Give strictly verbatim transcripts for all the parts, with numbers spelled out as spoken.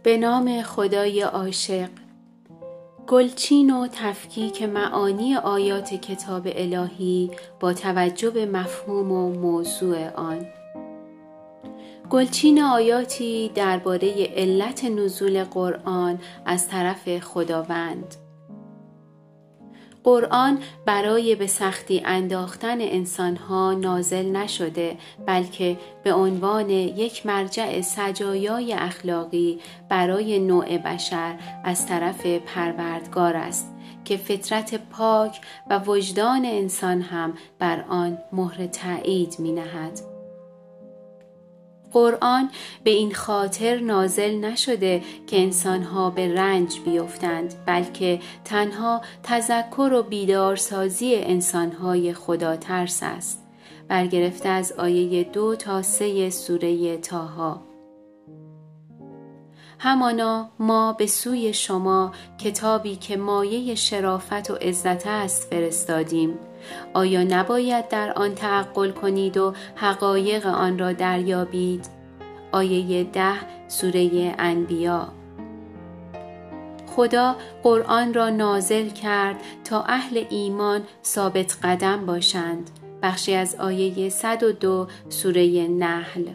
به نام خدای عاشق. گلچین و تفکیک معانی آیات کتاب الهی با توجه به مفهوم و موضوع آن. گلچین آیاتی درباره علت نزول قرآن از طرف خداوند. قرآن برای به سختی انداختن انسانها نازل نشده، بلکه به عنوان یک مرجع سجایای اخلاقی برای نوع بشر از طرف پروردگار است که فطرت پاک و وجدان انسان هم بر آن مهر تأیید می نهد. قرآن به این خاطر نازل نشده که انسانها به رنج بیفتند، بلکه تنها تذکر و بیدارسازی انسانهای خدا ترس است. برگرفته از آیه دو تا سه سوره طه. همانا ما به سوی شما کتابی که مایه شرافت و عزت است فرستادیم. آیا نباید در آن تعقل کنید و حقایق آن را دریابید؟ آیه ده سوره انبیا. خدا قرآن را نازل کرد تا اهل ایمان ثابت قدم باشند. بخشی از آیه صد و دو سوره نحل.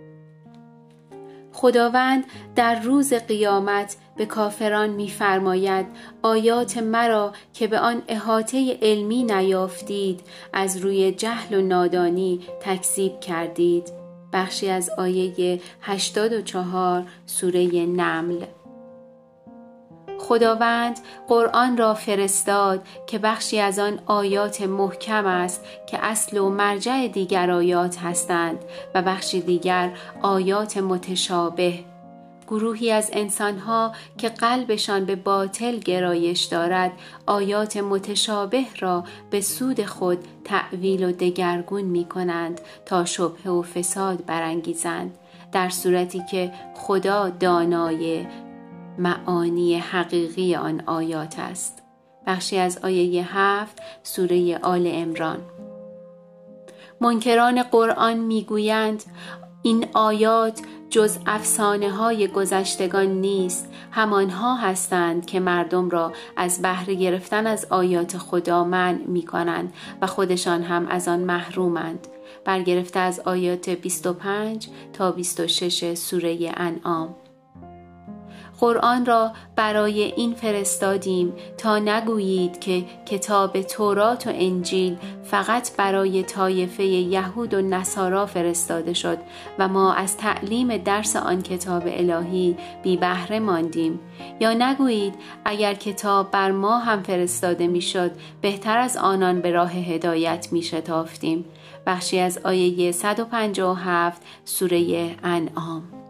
خداوند در روز قیامت به کافران می‌فرماید آیات مرا که به آن احاطه علمی نیافتید از روی جهل و نادانی تکذیب کردید. بخشی از آیه هشتاد و چهار سوره نمل. خداوند قرآن را فرستاد که بخشی از آن آیات محکم است که اصل و مرجع دیگر آیات هستند و بخشی دیگر آیات متشابه. گروهی از انسانها که قلبشان به باطل گرایش دارد آیات متشابه را به سود خود تأویل و دگرگون می کنند تا شبهه و فساد برانگیزند، در صورتی که خدا دانای معانی حقیقی آن آیات است. بخشی از آیه هفت سوره آل عمران. منکران قرآن میگویند این آیات جز افسانه های گذشتگان نیست، همانها هستند که مردم را از بهره گرفتن از آیات خدا منع می کنند و خودشان هم از آن محرومند. برگرفته از آیات بیست و پنج تا بیست و شش سوره انعام. قرآن را برای این فرستادیم تا نگویید که کتاب تورات و انجیل فقط برای طایفه یهود و نصارا فرستاده شد و ما از تعلیم درس آن کتاب الهی بی بهره ماندیم، یا نگویید اگر کتاب بر ما هم فرستاده می شد بهتر از آنان به راه هدایت می شتافتیم. بخشی از آیه صد و پنجاه و هفت سوره انعام.